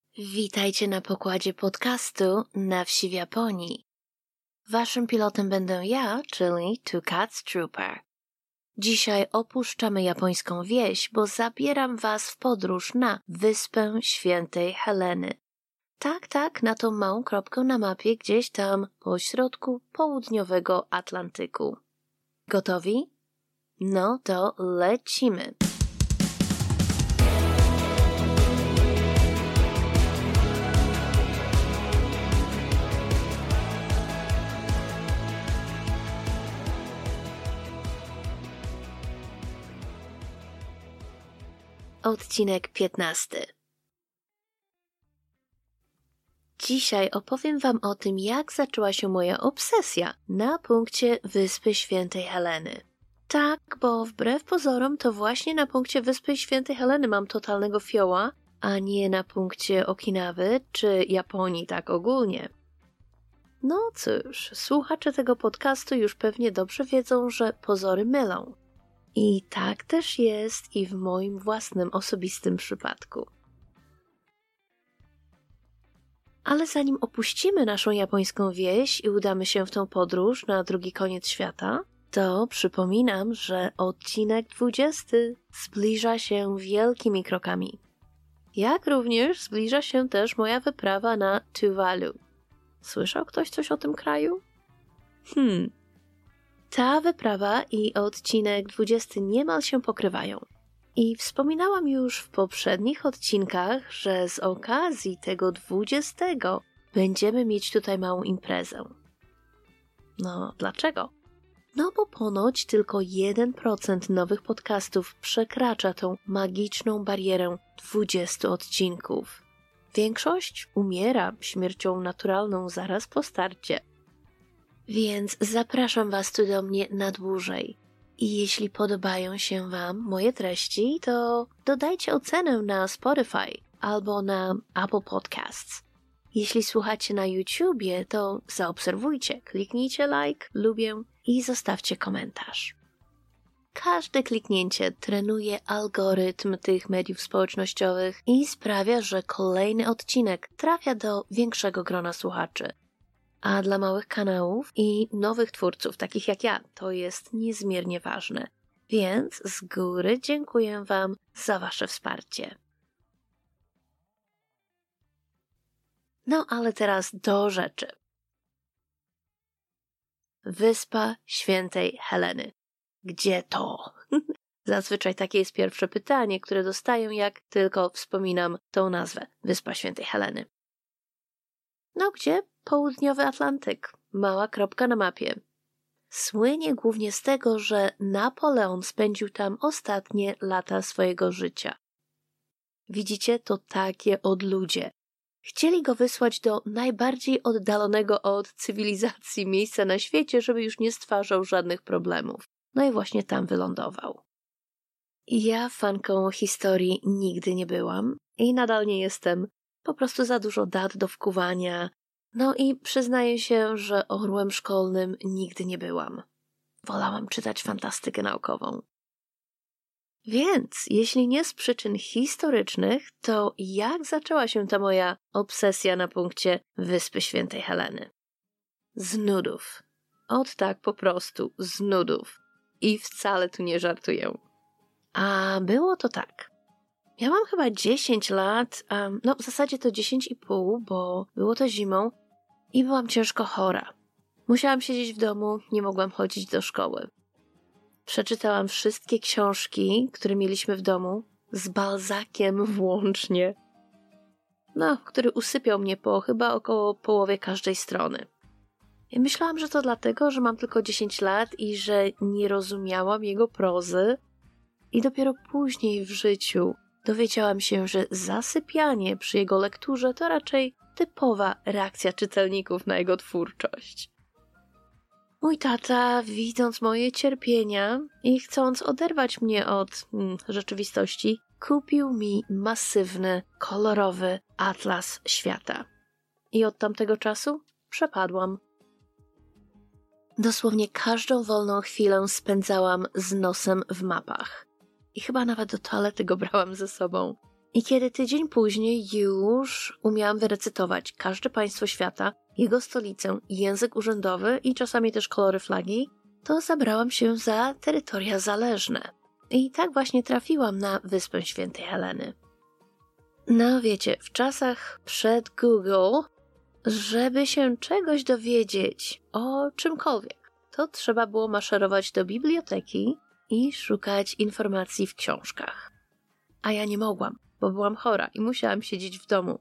Witajcie na pokładzie podcastu Na wsi w Japonii. Waszym pilotem będę ja, czyli Two Cats Trooper. Dzisiaj opuszczamy japońską wieś, bo zabieram was w podróż na Wyspę Świętej Heleny. Tak, na tą małą kropkę na mapie gdzieś tam po środku południowego Atlantyku. Gotowi? No to lecimy! Odcinek 15. Dzisiaj opowiem wam o tym, jak zaczęła się moja obsesja na punkcie Wyspy Świętej Heleny. Tak, bo wbrew pozorom to właśnie na punkcie Wyspy Świętej Heleny mam totalnego fioła, a nie na punkcie Okinawy czy Japonii tak ogólnie. No cóż, słuchacze tego podcastu już pewnie dobrze wiedzą, że pozory mylą. I tak też jest i w moim własnym osobistym przypadku. Ale zanim opuścimy naszą japońską wieś i udamy się w tą podróż na drugi koniec świata, to przypominam, że odcinek 20 zbliża się wielkimi krokami. Jak również zbliża się też moja wyprawa na Tuvalu. Słyszał ktoś coś o tym kraju? Ta wyprawa i odcinek 20 niemal się pokrywają. I wspominałam już w poprzednich odcinkach, że z okazji tego 20 będziemy mieć tutaj małą imprezę. No, dlaczego? No bo ponoć tylko 1% nowych podcastów przekracza tą magiczną barierę 20 odcinków. Większość umiera śmiercią naturalną zaraz po starcie. Więc zapraszam was tu do mnie na dłużej. I jeśli podobają się wam moje treści, to dodajcie ocenę na Spotify albo na Apple Podcasts. Jeśli słuchacie na YouTubie, to zaobserwujcie, kliknijcie like, lubię i zostawcie komentarz. Każde kliknięcie trenuje algorytm tych mediów społecznościowych i sprawia, że kolejny odcinek trafia do większego grona słuchaczy. A dla małych kanałów i nowych twórców, takich jak ja, to jest niezmiernie ważne. Więc z góry dziękuję wam za wasze wsparcie. No ale teraz do rzeczy. Wyspa Świętej Heleny. Gdzie to? Zazwyczaj takie jest pierwsze pytanie, które dostaję, jak tylko wspominam tą nazwę. Wyspa Świętej Heleny. No gdzie? Południowy Atlantyk. Mała kropka na mapie. Słynie głównie z tego, że Napoleon spędził tam ostatnie lata swojego życia. Widzicie, to takie odludzie. Chcieli go wysłać do najbardziej oddalonego od cywilizacji miejsca na świecie, żeby już nie stwarzał żadnych problemów. No i właśnie tam wylądował. Ja fanką historii nigdy nie byłam i nadal nie jestem. Po prostu za dużo dat do wkuwania. No i przyznaję się, że orłem szkolnym nigdy nie byłam. Wolałam czytać fantastykę naukową. Więc, jeśli nie z przyczyn historycznych, to jak zaczęła się ta moja obsesja na punkcie Wyspy Świętej Heleny? Z nudów. Ot tak po prostu, z nudów. I wcale tu nie żartuję. A było to tak. Miałam chyba 10 lat, w zasadzie to 10,5, bo było to zimą i byłam ciężko chora. Musiałam siedzieć w domu, nie mogłam chodzić do szkoły. Przeczytałam wszystkie książki, które mieliśmy w domu, z Balzaciem włącznie. Który usypiał mnie po chyba około połowie każdej strony. I myślałam, że to dlatego, że mam tylko 10 lat i że nie rozumiałam jego prozy. I dopiero później w życiu dowiedziałam się, że zasypianie przy jego lekturze to raczej typowa reakcja czytelników na jego twórczość. Mój tata, widząc moje cierpienia i chcąc oderwać mnie od rzeczywistości, kupił mi masywny, kolorowy atlas świata. I od tamtego czasu przepadłam. Dosłownie każdą wolną chwilę spędzałam z nosem w mapach. I chyba nawet do toalety go brałam ze sobą. I kiedy tydzień później już umiałam wyrecytować każde państwo świata, jego stolicę, język urzędowy i czasami też kolory flagi, to zabrałam się za terytoria zależne. I tak właśnie trafiłam na Wyspę Świętej Heleny. No wiecie, w czasach przed Google, żeby się czegoś dowiedzieć o czymkolwiek, to trzeba było maszerować do biblioteki i szukać informacji w książkach. A ja nie mogłam, bo byłam chora i musiałam siedzieć w domu.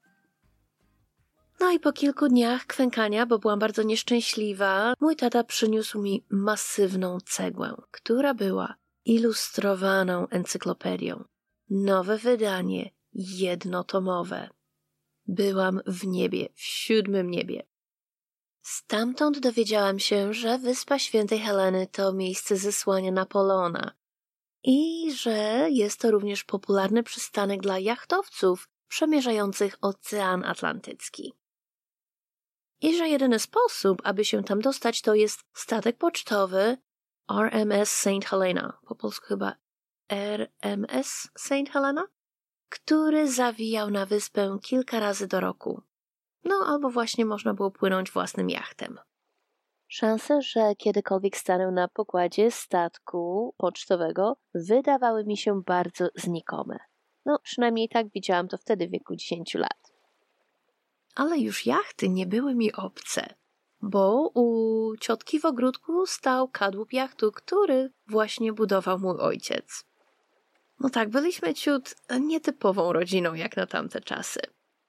No i po kilku dniach kwękania, bo byłam bardzo nieszczęśliwa, mój tata przyniósł mi masywną cegłę, która była ilustrowaną encyklopedią. Nowe wydanie, jednotomowe. Byłam w niebie, w 7. niebie. Stamtąd dowiedziałam się, że Wyspa Świętej Heleny to miejsce zesłania Napoleona i że jest to również popularny przystanek dla jachtowców przemierzających Ocean Atlantycki. I że jedyny sposób, aby się tam dostać, to jest statek pocztowy RMS St. Helena, po polsku chyba RMS St. Helena, który zawijał na wyspę kilka razy do roku. No albo właśnie można było płynąć własnym jachtem. Szanse, że kiedykolwiek stanę na pokładzie statku pocztowego, wydawały mi się bardzo znikome. No przynajmniej tak widziałam to wtedy w wieku 10 lat. Ale już jachty nie były mi obce, bo u ciotki w ogródku stał kadłub jachtu, który właśnie budował mój ojciec. No tak, byliśmy ciut nietypową rodziną jak na tamte czasy.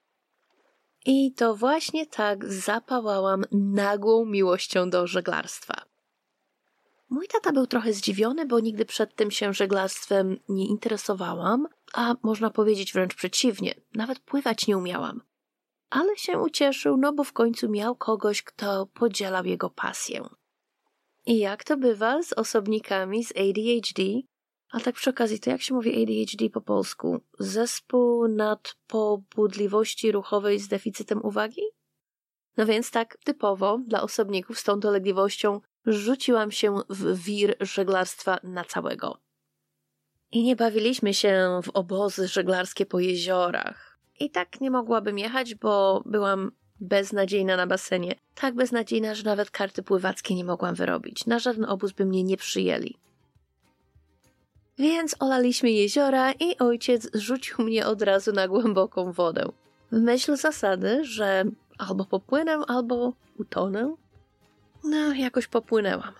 I to właśnie tak zapałałam nagłą miłością do żeglarstwa. Mój tata był trochę zdziwiony, bo nigdy przedtem się żeglarstwem nie interesowałam, a można powiedzieć wręcz przeciwnie, nawet pływać nie umiałam. Ale się ucieszył, no bo w końcu miał kogoś, kto podzielał jego pasję. I jak to bywa z osobnikami z ADHD, a tak przy okazji, to jak się mówi ADHD po polsku? Zespół nadpobudliwości ruchowej z deficytem uwagi? No więc tak typowo dla osobników z tą dolegliwością rzuciłam się w wir żeglarstwa na całego. I nie bawiliśmy się w obozy żeglarskie po jeziorach. I tak nie mogłabym jechać, bo byłam beznadziejna na basenie. Tak beznadziejna, że nawet karty pływackie nie mogłam wyrobić. Na żaden obóz by mnie nie przyjęli. Więc olaliśmy jeziora i ojciec rzucił mnie od razu na głęboką wodę. W myśl zasady, że albo popłynę, albo utonę. No, jakoś popłynęłam.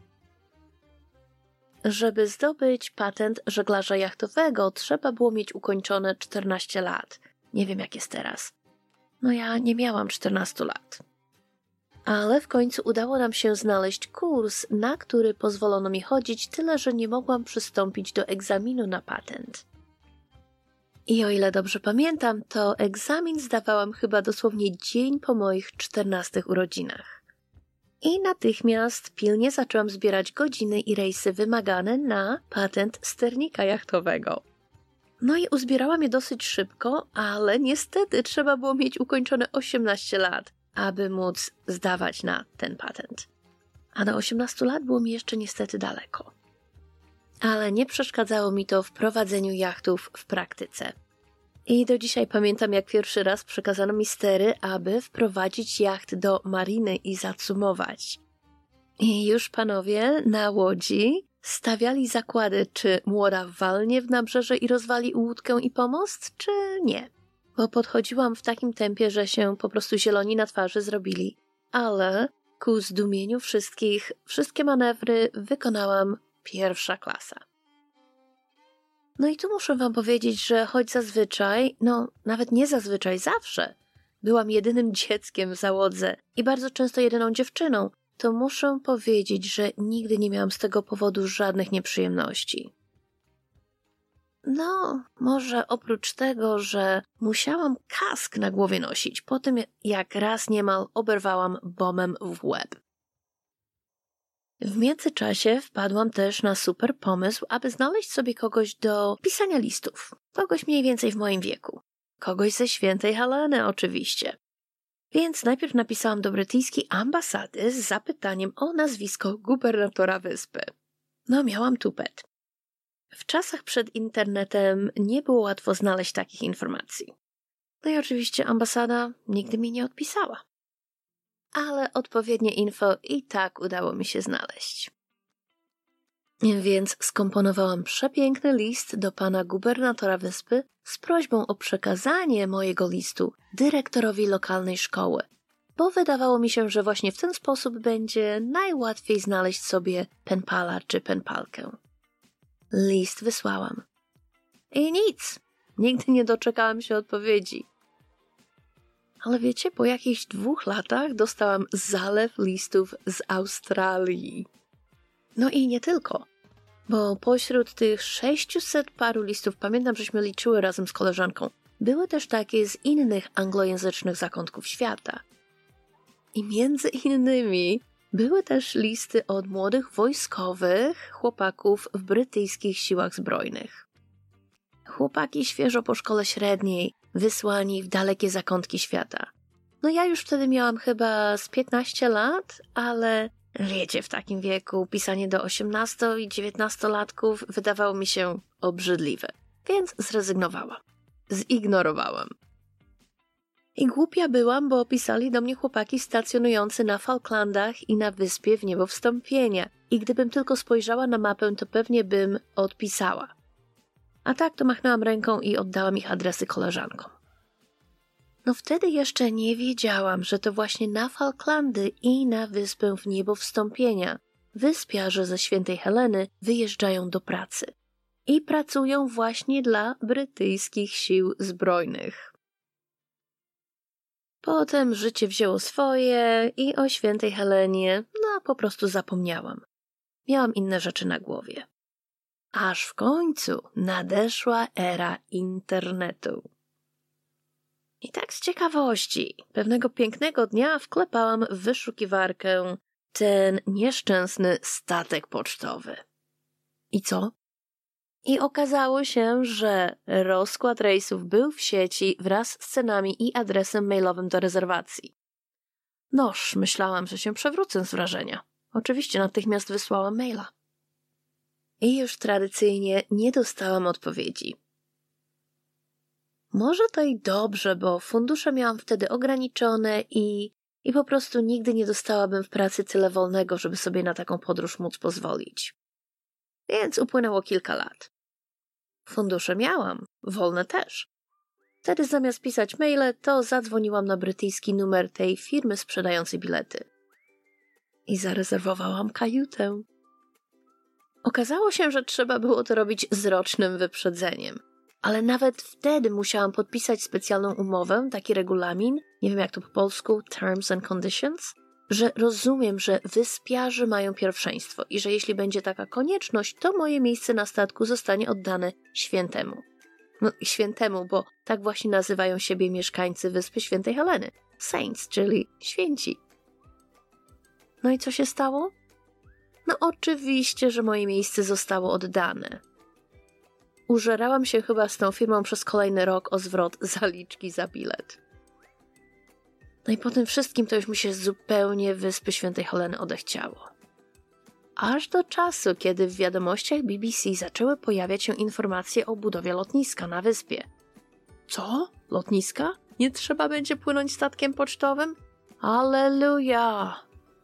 Żeby zdobyć patent żeglarza jachtowego, trzeba było mieć ukończone 14 lat. Nie wiem, jak jest teraz. No ja nie miałam 14 lat. Ale w końcu udało nam się znaleźć kurs, na który pozwolono mi chodzić, tyle że nie mogłam przystąpić do egzaminu na patent. I o ile dobrze pamiętam, to egzamin zdawałam chyba dosłownie dzień po moich 14 urodzinach. I natychmiast pilnie zaczęłam zbierać godziny i rejsy wymagane na patent sternika jachtowego. No i uzbierałam je dosyć szybko, ale niestety trzeba było mieć ukończone 18 lat, aby móc zdawać na ten patent. A do 18 lat było mi jeszcze niestety daleko. Ale nie przeszkadzało mi to w prowadzeniu jachtów w praktyce. I do dzisiaj pamiętam, jak pierwszy raz przekazano mi stery, aby wprowadzić jacht do mariny i zacumować. I już panowie na łodzi stawiali zakłady, czy młoda walnie w nabrzeże i rozwali łódkę i pomost, czy nie. Bo podchodziłam w takim tempie, że się po prostu zieloni na twarzy zrobili. Ale ku zdumieniu wszystkich, wszystkie manewry wykonałam pierwsza klasa. No i tu muszę wam powiedzieć, że choć zazwyczaj, nawet nie zazwyczaj, zawsze byłam jedynym dzieckiem w załodze i bardzo często jedyną dziewczyną, to muszę powiedzieć, że nigdy nie miałam z tego powodu żadnych nieprzyjemności. No, może oprócz tego, że musiałam kask na głowie nosić po tym, jak raz niemal oberwałam bombem w łeb. W międzyczasie wpadłam też na super pomysł, aby znaleźć sobie kogoś do pisania listów. Kogoś mniej więcej w moim wieku. Kogoś ze Świętej Heleny oczywiście. Więc najpierw napisałam do brytyjskiej ambasady z zapytaniem o nazwisko gubernatora wyspy. No, miałam tupet. W czasach przed internetem nie było łatwo znaleźć takich informacji. No i oczywiście ambasada nigdy mi nie odpisała. Ale odpowiednie info i tak udało mi się znaleźć. Więc skomponowałam przepiękny list do pana gubernatora wyspy z prośbą o przekazanie mojego listu dyrektorowi lokalnej szkoły, bo wydawało mi się, że właśnie w ten sposób będzie najłatwiej znaleźć sobie penpala czy penpalkę. List wysłałam. I nic, nigdy nie doczekałam się odpowiedzi. Ale wiecie, po jakichś 2 latach dostałam zalew listów z Australii. No i nie tylko, bo pośród tych 600 paru listów, pamiętam, żeśmy liczyły razem z koleżanką, były też takie z innych anglojęzycznych zakątków świata. I między innymi były też listy od młodych wojskowych chłopaków w brytyjskich siłach zbrojnych. Chłopaki świeżo po szkole średniej, wysłani w dalekie zakątki świata. No ja już wtedy miałam chyba z 15 lat, ale wiecie, w takim wieku pisanie do 18 i 19-latków wydawało mi się obrzydliwe, więc zrezygnowałam. Zignorowałam. I głupia byłam, bo pisali do mnie chłopaki stacjonujący na Falklandach i na wyspie w niebo wstąpienia. I gdybym tylko spojrzała na mapę, to pewnie bym odpisała. A tak to machnęłam ręką i oddałam ich adresy koleżankom. No wtedy jeszcze nie wiedziałam, że to właśnie na Falklandy i na wyspę w niebo wstąpienia wyspiarze ze Świętej Heleny wyjeżdżają do pracy. I pracują właśnie dla brytyjskich sił zbrojnych. Potem życie wzięło swoje i o Świętej Helenie po prostu zapomniałam. Miałam inne rzeczy na głowie. Aż w końcu nadeszła era internetu. I tak z ciekawości, pewnego pięknego dnia wklepałam w wyszukiwarkę ten nieszczęsny statek pocztowy. I co? I okazało się, że rozkład rejsów był w sieci wraz z cenami i adresem mailowym do rezerwacji. Noż, myślałam, że się przewrócę z wrażenia. Oczywiście natychmiast wysłałam maila. I już tradycyjnie nie dostałam odpowiedzi. Może to i dobrze, bo fundusze miałam wtedy ograniczone i po prostu nigdy nie dostałabym w pracy tyle wolnego, żeby sobie na taką podróż móc pozwolić. Więc upłynęło kilka lat. Fundusze miałam, wolne też. Wtedy zamiast pisać maile, to zadzwoniłam na brytyjski numer tej firmy sprzedającej bilety. I zarezerwowałam kajutę. Okazało się, że trzeba było to robić z rocznym wyprzedzeniem. Ale nawet wtedy musiałam podpisać specjalną umowę, taki regulamin, nie wiem jak to po polsku, Terms and Conditions, że rozumiem, że wyspiarze mają pierwszeństwo i że jeśli będzie taka konieczność, to moje miejsce na statku zostanie oddane świętemu. No, świętemu, bo tak właśnie nazywają siebie mieszkańcy Wyspy Świętej Heleny. Saints, czyli święci. No i co się stało? No oczywiście, że moje miejsce zostało oddane. Użerałam się chyba z tą firmą przez kolejny rok o zwrot zaliczki za bilet. No i po tym wszystkim to już mi się zupełnie Wyspy Świętej Heleny odechciało. Aż do czasu, kiedy w wiadomościach BBC zaczęły pojawiać się informacje o budowie lotniska na wyspie. Co? Lotniska? Nie trzeba będzie płynąć statkiem pocztowym? Alleluja!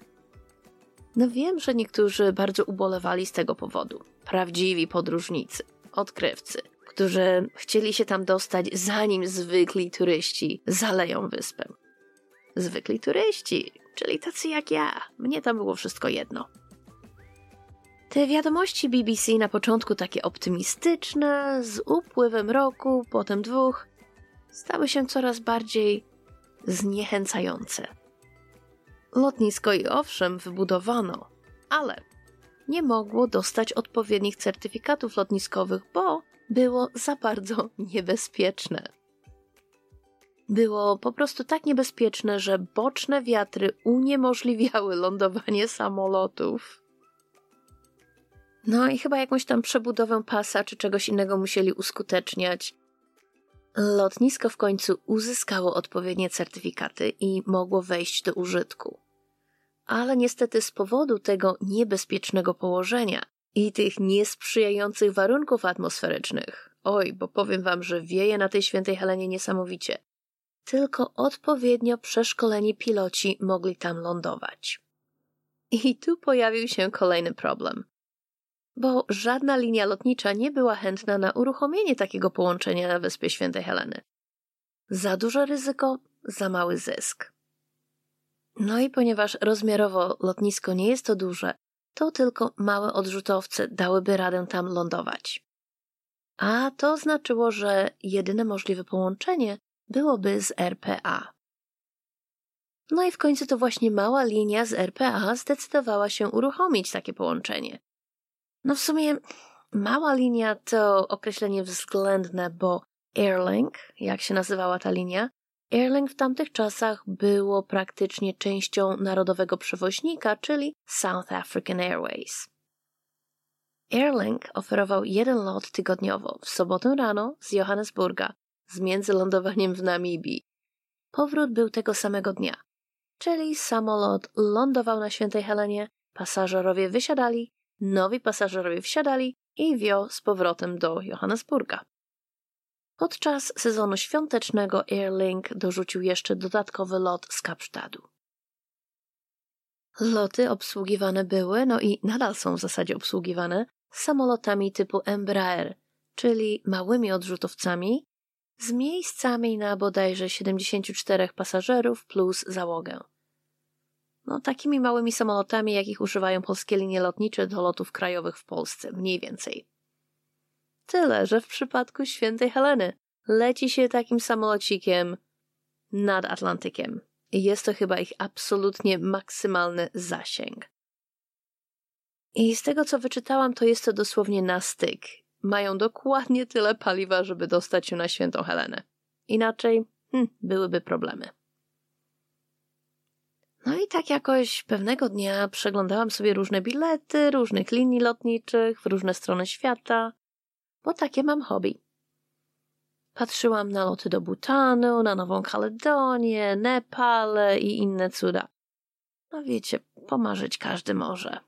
No wiem, że niektórzy bardzo ubolewali z tego powodu. Prawdziwi podróżnicy, odkrywcy, którzy chcieli się tam dostać, zanim zwykli turyści zaleją wyspę. Zwykli turyści, czyli tacy jak ja. Mnie tam było wszystko jedno. Te wiadomości BBC na początku takie optymistyczne, z upływem roku, potem 2, stały się coraz bardziej zniechęcające. Lotnisko i owszem wybudowano, ale nie mogło dostać odpowiednich certyfikatów lotniskowych, bo było za bardzo niebezpieczne. Było po prostu tak niebezpieczne, że boczne wiatry uniemożliwiały lądowanie samolotów. No i chyba jakąś tam przebudowę pasa czy czegoś innego musieli uskuteczniać. Lotnisko w końcu uzyskało odpowiednie certyfikaty i mogło wejść do użytku. Ale niestety z powodu tego niebezpiecznego położenia i tych niesprzyjających warunków atmosferycznych. Oj, bo powiem wam, że wieje na tej Świętej Helenie niesamowicie. Tylko odpowiednio przeszkoleni piloci mogli tam lądować. I tu pojawił się kolejny problem, bo żadna linia lotnicza nie była chętna na uruchomienie takiego połączenia na wyspie Świętej Heleny. Za duże ryzyko, za mały zysk. No i ponieważ rozmiarowo lotnisko nie jest to duże, to tylko małe odrzutowce dałyby radę tam lądować. A to znaczyło, że jedyne możliwe połączenie byłoby z RPA. No i w końcu to właśnie mała linia z RPA zdecydowała się uruchomić takie połączenie. No w sumie mała linia to określenie względne, bo Airlink, jak się nazywała ta linia, Airlink w tamtych czasach było praktycznie częścią narodowego przewoźnika, czyli South African Airways. Airlink oferował jeden lot tygodniowo, w sobotę rano z Johannesburga, z międzylądowaniem w Namibii. Powrót był tego samego dnia, czyli samolot lądował na Świętej Helenie, pasażerowie wysiadali, nowi pasażerowie wsiadali i wio z powrotem do Johannesburga. Podczas sezonu świątecznego Airlink dorzucił jeszcze dodatkowy lot z Kapsztadu. Loty obsługiwane były, no i nadal są w zasadzie obsługiwane, samolotami typu Embraer, czyli małymi odrzutowcami, z miejscami na bodajże 74 pasażerów plus załogę. No takimi małymi samolotami, jakich używają polskie linie lotnicze do lotów krajowych w Polsce, mniej więcej. Tyle, że w przypadku Świętej Heleny leci się takim samolocikiem nad Atlantykiem. I jest to chyba ich absolutnie maksymalny zasięg. I z tego, co wyczytałam, to jest to dosłownie na styk. Mają dokładnie tyle paliwa, żeby dostać się na Świętą Helenę. Inaczej byłyby problemy. No i tak jakoś pewnego dnia przeglądałam sobie różne bilety różnych linii lotniczych w różne strony świata, bo takie mam hobby. Patrzyłam na loty do Butanu, na Nową Kaledonię, Nepal i inne cuda. No wiecie, pomarzyć każdy może.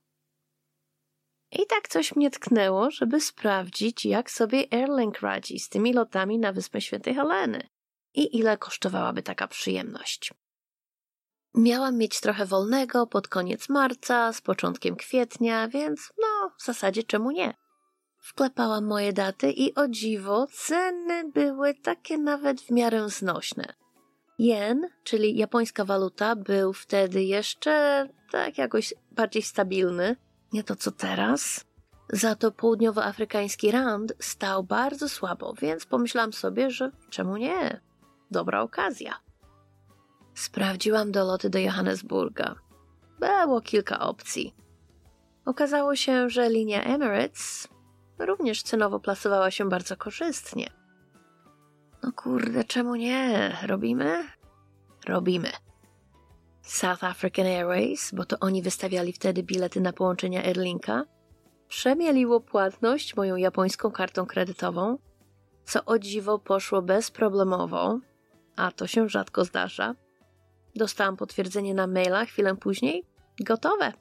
I tak coś mnie tknęło, żeby sprawdzić, jak sobie Airlink radzi z tymi lotami na Wyspę Świętej Heleny i ile kosztowałaby taka przyjemność. Miałam mieć trochę wolnego pod koniec marca, z początkiem kwietnia, więc w zasadzie czemu nie? Wklepałam moje daty i o dziwo ceny były takie nawet w miarę znośne. Jen, czyli japońska waluta, był wtedy jeszcze tak jakoś bardziej stabilny, nie to co teraz. Za to południowoafrykański rand stał bardzo słabo, więc pomyślałam sobie, że czemu nie? Dobra okazja. Sprawdziłam doloty do Johannesburga. Było kilka opcji. Okazało się, że linia Emirates również cenowo plasowała się bardzo korzystnie. No kurde, czemu nie? Robimy? Robimy. South African Airways, bo to oni wystawiali wtedy bilety na połączenia Airlinka, przemieliło płatność moją japońską kartą kredytową, co o dziwo poszło bezproblemowo, a to się rzadko zdarza. Dostałam potwierdzenie na maila chwilę później. Gotowe.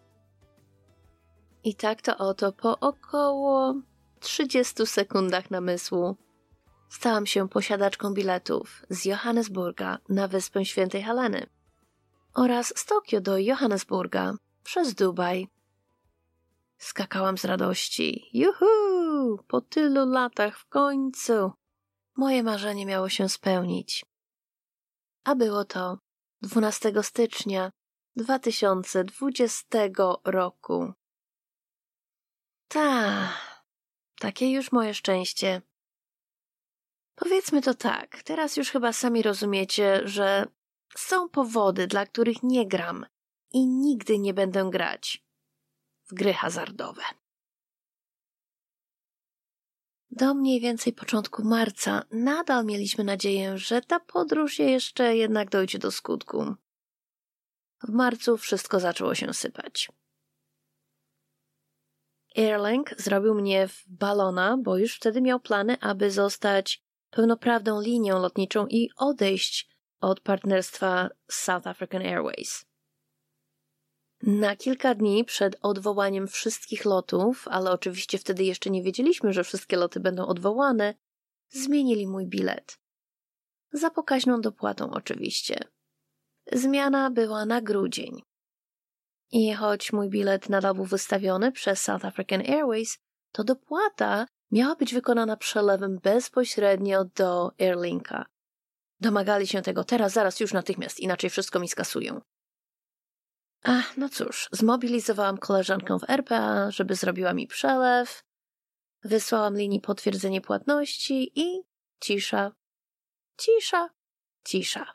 I tak to oto po około 30 sekundach namysłu stałam się posiadaczką biletów z Johannesburga na Wyspę Świętej Heleny oraz z Tokio do Johannesburga przez Dubaj. Skakałam z radości. Juhu! Po tylu latach w końcu moje marzenie miało się spełnić. A było to 12 stycznia 2020 roku. Takie już moje szczęście. Powiedzmy to tak, teraz już chyba sami rozumiecie, że są powody, dla których nie gram i nigdy nie będę grać w gry hazardowe. Do mniej więcej początku marca nadal mieliśmy nadzieję, że ta podróż jeszcze jednak dojdzie do skutku. W marcu wszystko zaczęło się sypać. Airlink zrobił mnie w balona, bo już wtedy miał plany, aby zostać pełnoprawną linią lotniczą i odejść od partnerstwa z South African Airways. Na kilka dni przed odwołaniem wszystkich lotów, ale oczywiście wtedy jeszcze nie wiedzieliśmy, że wszystkie loty będą odwołane, zmienili mój bilet. Za pokaźną dopłatą oczywiście. Zmiana była na grudzień. I choć mój bilet nadal był wystawiony przez South African Airways, to dopłata miała być wykonana przelewem bezpośrednio do Airlinka. Domagali się tego teraz, zaraz, już natychmiast, inaczej wszystko mi skasują. No cóż, zmobilizowałam koleżankę w RPA, żeby zrobiła mi przelew, wysłałam linii potwierdzenie płatności i cisza, cisza, cisza.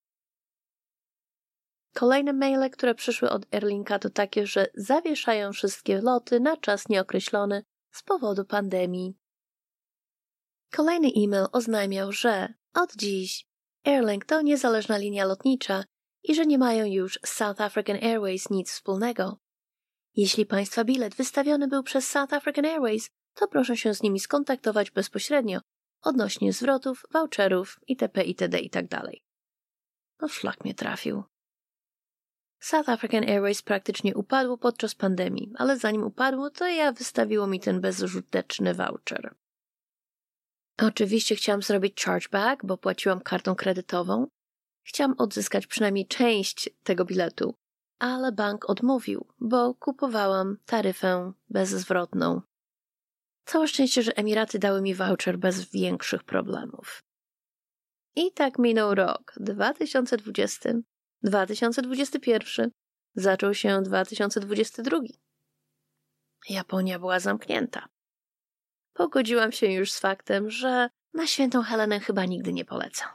Kolejne maile, które przyszły od Airlinka, to takie, że zawieszają wszystkie loty na czas nieokreślony z powodu pandemii. Kolejny e-mail oznajmiał, że od dziś Airlink to niezależna linia lotnicza i że nie mają już z South African Airways nic wspólnego. Jeśli Państwa bilet wystawiony był przez South African Airways, to proszę się z nimi skontaktować bezpośrednio odnośnie zwrotów, voucherów itp. itd. itd. Szlak mnie trafił. South African Airways praktycznie upadło podczas pandemii, ale zanim upadło, to wystawiło mi ten bezużyteczny voucher. Oczywiście chciałam zrobić chargeback, bo płaciłam kartą kredytową. Chciałam odzyskać przynajmniej część tego biletu, ale bank odmówił, bo kupowałam taryfę bezzwrotną. Całe szczęście, że Emiraty dały mi voucher bez większych problemów. I tak minął rok 2020, 2021, zaczął się 2022. Japonia była zamknięta. Pogodziłam się już z faktem, że na Świętą Helenę chyba nigdy nie polecę.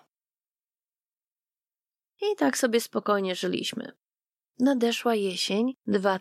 I tak sobie spokojnie żyliśmy. Nadeszła jesień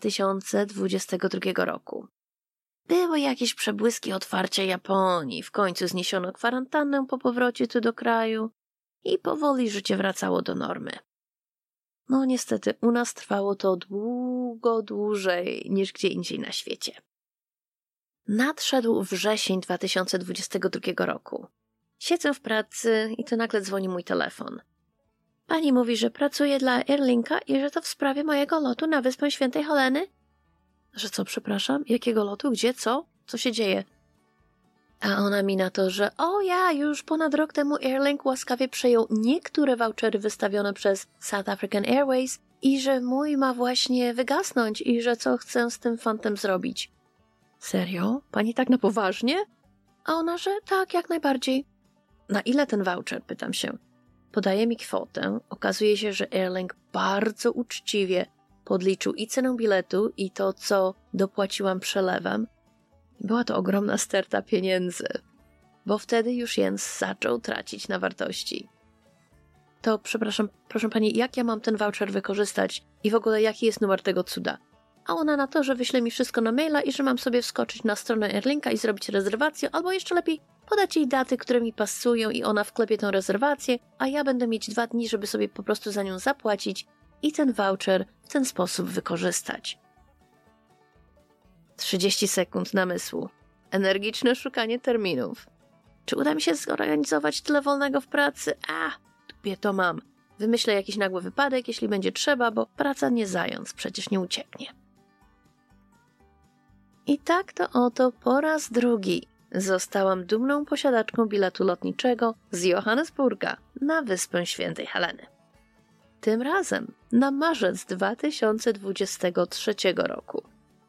2022 roku. Były jakieś przebłyski otwarcia Japonii, w końcu zniesiono kwarantannę po powrocie tu do kraju i powoli życie wracało do normy. Niestety u nas trwało to długo dłużej niż gdzie indziej na świecie. Nadszedł wrzesień 2022 roku. Siedzę w pracy i tu nagle dzwoni mój telefon. Pani mówi, że pracuje dla Airlinka i że to w sprawie mojego lotu na Wyspę Świętej Heleny? Że co, przepraszam? Jakiego lotu? Gdzie? Co? Co się dzieje? A ona mi na to, że już ponad rok temu Airlink łaskawie przejął niektóre vouchery wystawione przez South African Airways i że mój ma właśnie wygasnąć i że co chcę z tym fantem zrobić. Serio? Pani tak na poważnie? A ona, że tak, jak najbardziej. Na ile ten voucher? Pytam się. Podaje mi kwotę. Okazuje się, że Airlink bardzo uczciwie podliczył i cenę biletu i to, co dopłaciłam przelewem. Była to ogromna sterta pieniędzy, bo wtedy już Jens zaczął tracić na wartości. To, przepraszam, proszę pani, jak ja mam ten voucher wykorzystać i w ogóle jaki jest numer tego cuda? A ona na to, że wyśle mi wszystko na maila i że mam sobie wskoczyć na stronę Airlinka i zrobić rezerwację, albo jeszcze lepiej podać jej daty, które mi pasują i ona wklepie tę rezerwację, a ja będę mieć 2 dni, żeby sobie po prostu za nią zapłacić i ten voucher w ten sposób wykorzystać. 30 sekund namysłu. Energiczne szukanie terminów. Czy uda mi się zorganizować tyle wolnego w pracy? Dupie to mam. Wymyślę jakiś nagły wypadek, jeśli będzie trzeba, bo praca nie zając, przecież nie ucieknie. I tak to oto po raz drugi zostałam dumną posiadaczką biletu lotniczego z Johannesburga na Wyspę Świętej Heleny. Tym razem na marzec 2023 roku.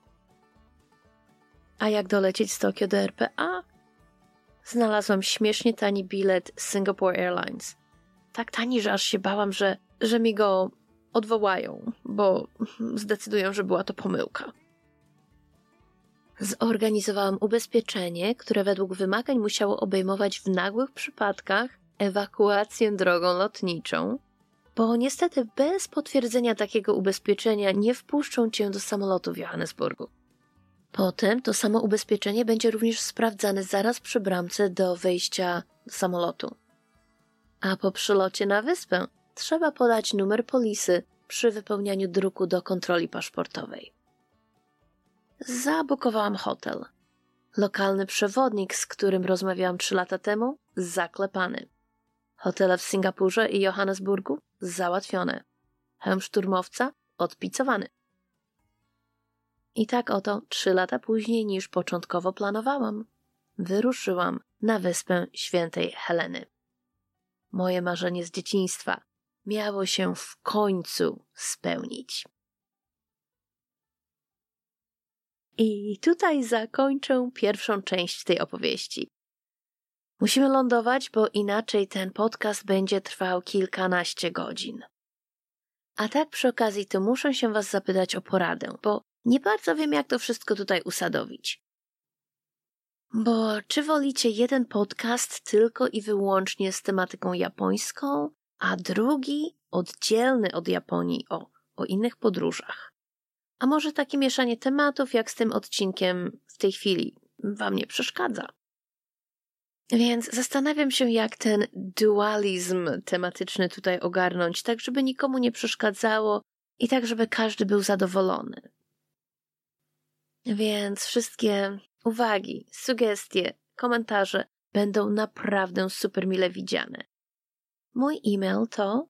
A jak dolecieć z Tokio do RPA? Znalazłam śmiesznie tani bilet z Singapore Airlines. Tak tani, że aż się bałam, że mi go odwołają, bo zdecydują, że była to pomyłka. Zorganizowałam ubezpieczenie, które według wymagań musiało obejmować w nagłych przypadkach ewakuację drogą lotniczą, bo niestety bez potwierdzenia takiego ubezpieczenia nie wpuszczą cię do samolotu w Johannesburgu. Potem to samo ubezpieczenie będzie również sprawdzane zaraz przy bramce do wejścia do samolotu. A po przylocie na wyspę trzeba podać numer polisy przy wypełnianiu druku do kontroli paszportowej. Zabukowałam hotel. Lokalny przewodnik, z którym rozmawiałam 3 lata temu, zaklepany. Hotele w Singapurze i Johannesburgu załatwione. Hełm szturmowca odpicowany. I tak oto 3 lata później niż początkowo planowałam, wyruszyłam na wyspę Świętej Heleny. Moje marzenie z dzieciństwa miało się w końcu spełnić. I tutaj zakończę pierwszą część tej opowieści. Musimy lądować, bo inaczej ten podcast będzie trwał kilkanaście godzin. A tak przy okazji to muszę się was zapytać o poradę, bo nie bardzo wiem, jak to wszystko tutaj usadowić. Bo czy wolicie jeden podcast tylko i wyłącznie z tematyką japońską, a drugi oddzielny od Japonii o innych podróżach? A może takie mieszanie tematów jak z tym odcinkiem w tej chwili wam nie przeszkadza? Więc zastanawiam się, jak ten dualizm tematyczny tutaj ogarnąć, tak żeby nikomu nie przeszkadzało i tak żeby każdy był zadowolony. Więc wszystkie uwagi, sugestie, komentarze będą naprawdę super mile widziane. Mój e-mail to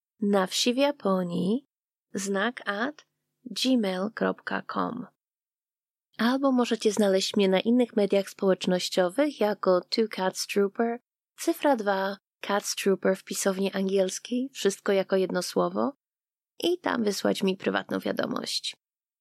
nawsiwiaponi@gmail.com. Albo możecie znaleźć mnie na innych mediach społecznościowych jako 2CatsTrooper, cyfra 2, CatsTrooper w pisowni angielskiej, wszystko jako jedno słowo i tam wysłać mi prywatną wiadomość.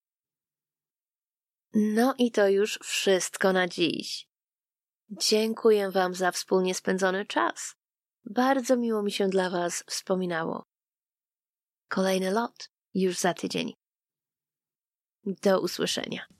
No i to już wszystko na dziś. Dziękuję wam za wspólnie spędzony czas. Bardzo miło mi się dla was wspominało. Kolejny lot już za tydzień. Do usłyszenia.